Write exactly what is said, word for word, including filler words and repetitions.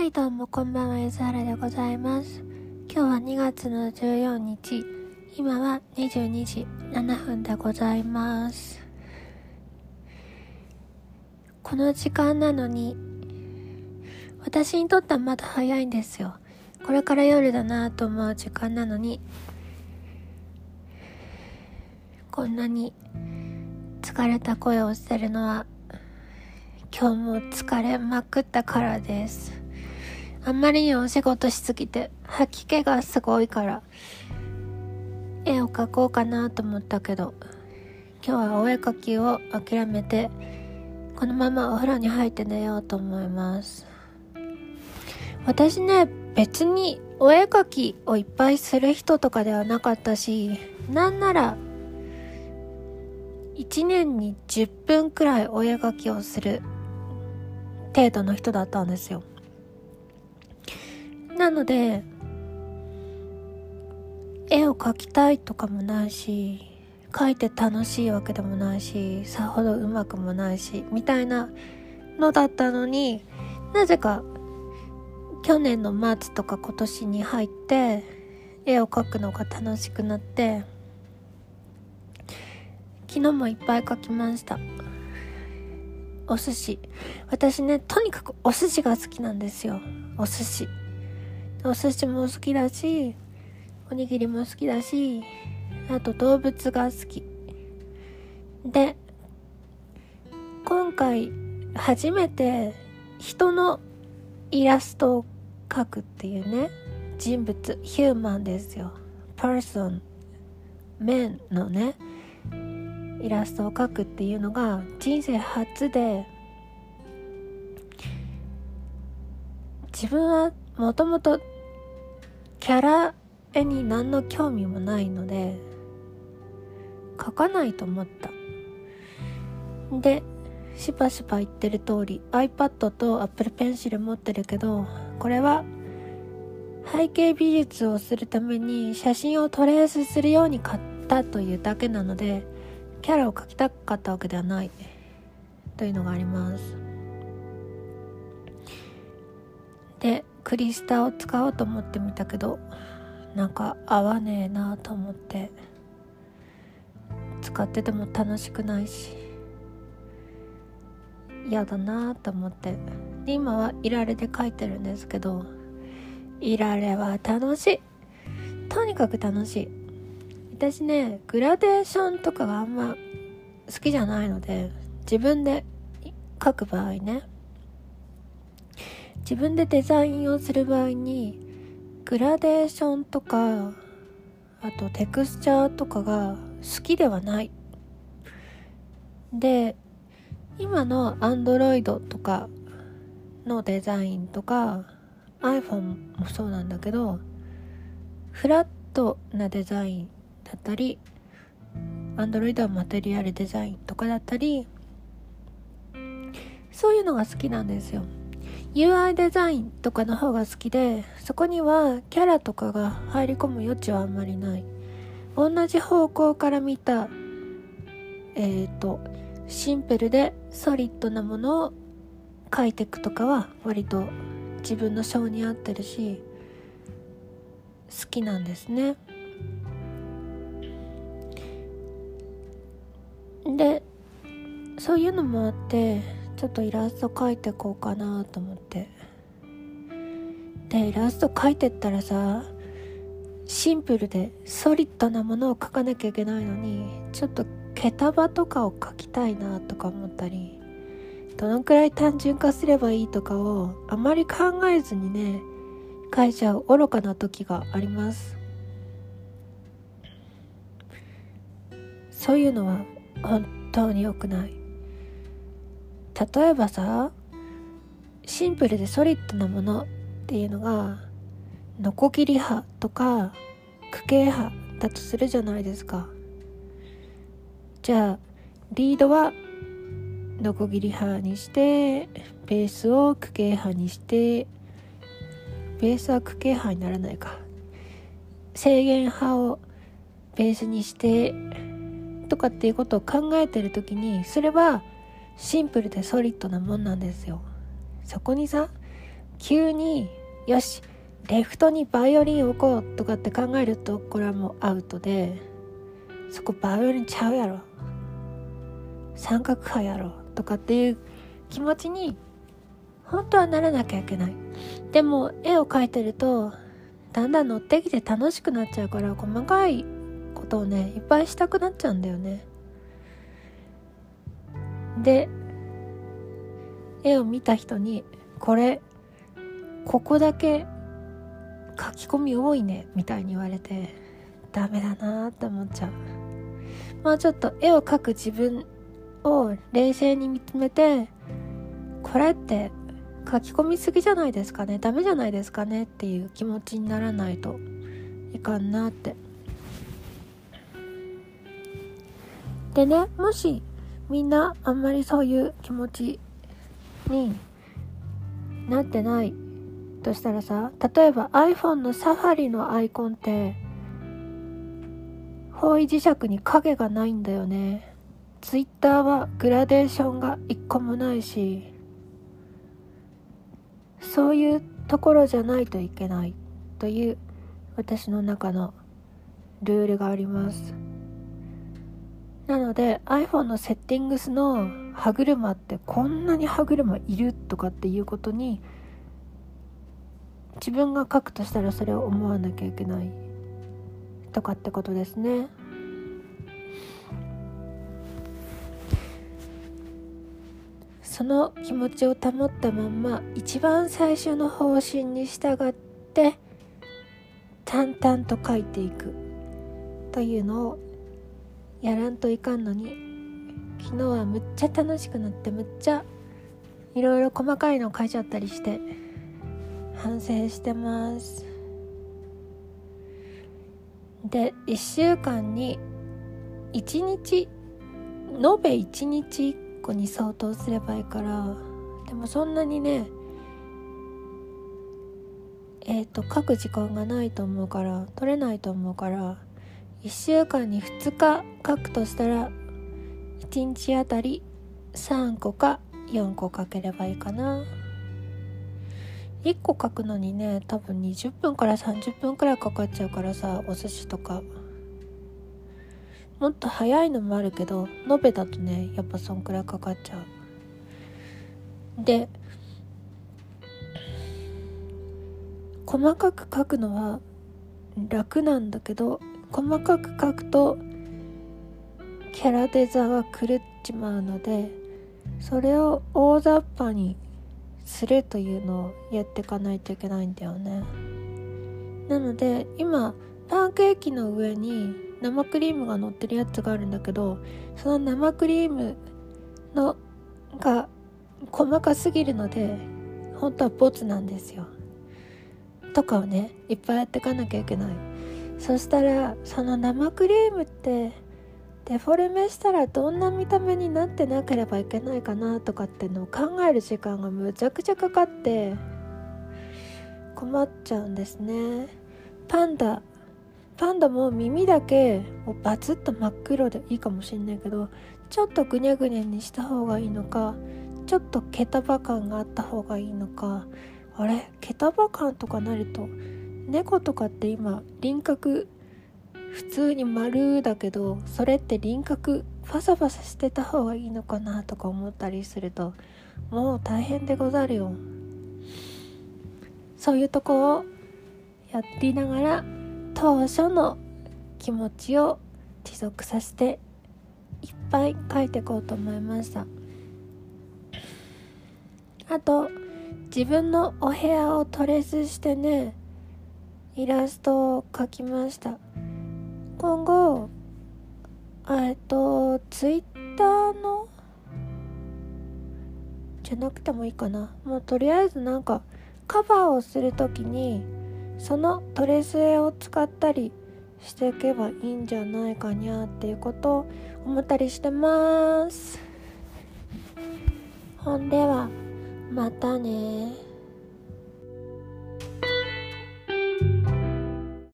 はいどうもこんばんは、ゆずはらでございます。今日はにがつのじゅうよっか、今はにじゅうにじななふんでございます。この時間なのに私にとってはまだ早いんですよ。これから夜だなと思う時間なのにこんなに疲れた声をしてるのは今日も疲れまくったからです。あんまりにお仕事しすぎて吐き気がすごいから絵を描こうかなと思ったけど、今日はお絵描きを諦めてこのままお風呂に入って寝ようと思います。私ね、別にお絵描きをいっぱいする人とかではなかったし、なんならいちねんにじゅっぷんくらいお絵描きをする程度の人だったんですよ。なので絵を描きたいとかもないし、描いて楽しいわけでもないし、さほどうまくもないしみたいなのだったのに、なぜか去年の末とか今年に入って絵を描くのが楽しくなって、昨日もいっぱい描きました。お寿司、私ね、とにかくお寿司が好きなんですよ。お寿司お寿司も好きだし、おにぎりも好きだし、あと動物が好きで、今回初めて人のイラストを描くっていうね、人物、ヒューマンですよ。パーソン、メンのねイラストを描くっていうのが人生初で、自分はもともとキャラ絵に何の興味もないので描かないと思った。で、しばしば言ってる通り iPad と Apple Pencil 持ってるけど、これは背景美術をするために写真をトレースするように買ったというだけなので、キャラを描きたかったわけではないというのがあります。で、クリスタを使おうと思ってみたけど、なんか合わねえなと思って使ってても楽しくないし嫌だなと思って、で今はいられで描いてるんですけど、いられは楽しい。とにかく楽しい。私ね、グラデーションとかがあんま好きじゃないので、自分で描く場合ね、自分でデザインをする場合にグラデーションとか、あとテクスチャーとかが好きではないで、今の Android とかのデザインとか iPhone もそうなんだけど、フラットなデザインだったり、Android はマテリアルデザインとかだったり、そういうのが好きなんですよ。 ユーアイ デザインとかの方が好きで、そこにはキャラとかが入り込む余地はあんまりない。同じ方向から見たえーとシンプルでソリッドなものを描いていくとかは割と自分の性に合ってるし好きなんですね。で、そういうのもあってちょっとイラスト描いていこうかなと思って、でイラスト描いてったらさ、シンプルでソリッドなものを描かなきゃいけないのに、ちょっと毛束とかを描きたいなとか思ったり、どのくらい単純化すればいいとかをあまり考えずにね描いちゃう愚かな時があります。そういうのは本当に良くない。例えばさ、シンプルでソリッドなものっていうのがノコギリ刃とか区形刃だとするじゃないですか。じゃあリードはノコギリ刃にして、ベースを区形刃にして、ベースは区形刃にならないか、正弦刃をベースにしてとかっていうことを考えてるときに、それはシンプルでソリッドなもんなんですよ。そこにさ、 急によしレフトにバイオリン置こうとかって考えるとこれはもうアウトで、そこバイオリンちゃうやろ、三角派やろとかっていう気持ちに本当はならなきゃいけない。でも絵を描いてるとだんだん乗ってきて楽しくなっちゃうから、細かいことをねいっぱいしたくなっちゃうんだよね。で絵を見た人にこれここだけ書き込み多いねみたいに言われてダメだなって思っちゃう。まあちょっと絵を描く自分を冷静に見つめて、これって書き込みすぎじゃないですかね、ダメじゃないですかねっていう気持ちにならないといかんなって。でね、もしみんなあんまりそういう気持ちになってないとしたらさ、例えば iPhone のサファリのアイコンって方位磁石に影がないんだよね。 Twitter はグラデーションが一個もないし、そういうところじゃないといけないという私の中のルールがあります。なので iPhone のセッティングスの歯車ってこんなに歯車いるとかっていうことに自分が書くとしたらそれを思わなきゃいけないとかってことですね。その気持ちを保ったまんま一番最初の方針に従って淡々と書いていくというのをやらんといかんのに、昨日はむっちゃ楽しくなってむっちゃいろいろ細かいの書いちゃったりして反省してます。でいっしゅうかんにいちにち延べいちにちいっこに相当すればいいから、でもそんなにねえっと書く時間がないと思うから取れないと思うから、いっしゅうかんにふつか書くとしたらいちにちあたりさんこかよんこ書ければいいかな。いっこ書くのにね多分にじゅっぷんからさんじゅっぷんくらいかかっちゃうからさ、お寿司とかもっと早いのもあるけど延べだとねやっぱそんくらいかかっちゃう。で細かく書くのは楽なんだけど、細かく書くとキャラデザが狂っちまうので、それを大雑把にするというのをやっていかないといけないんだよね。なので今パンケーキの上に生クリームが乗ってるやつがあるんだけど、その生クリームのが細かすぎるので本当はボツなんですよとかをねいっぱいやっていかなきゃいけない。そしたらその生クリームってデフォルメしたらどんな見た目になってなければいけないかなとかってのを考える時間がむちゃくちゃかかって困っちゃうんですね。パンダパンダも耳だけもうバツッと真っ黒でいいかもしれないけど、ちょっとグニャグニャにした方がいいのか、ちょっと毛束感があった方がいいのか、あれ毛束感とかなると猫とかって今輪郭普通に丸だけど、それって輪郭ファサファサしてた方がいいのかなとか思ったりするともう大変でござるよ。そういうとこをやっていながら当初の気持ちを持続させていっぱい書いていこうと思いました。あと自分のお部屋をトレースしてねイラストを描きました。今後えっとツイッターのじゃなくてもいいかな、もうとりあえずなんかカバーをするときにそのトレース絵を使ったりしていけばいいんじゃないかにゃっていうことを思ったりしてます。ほんではまたね。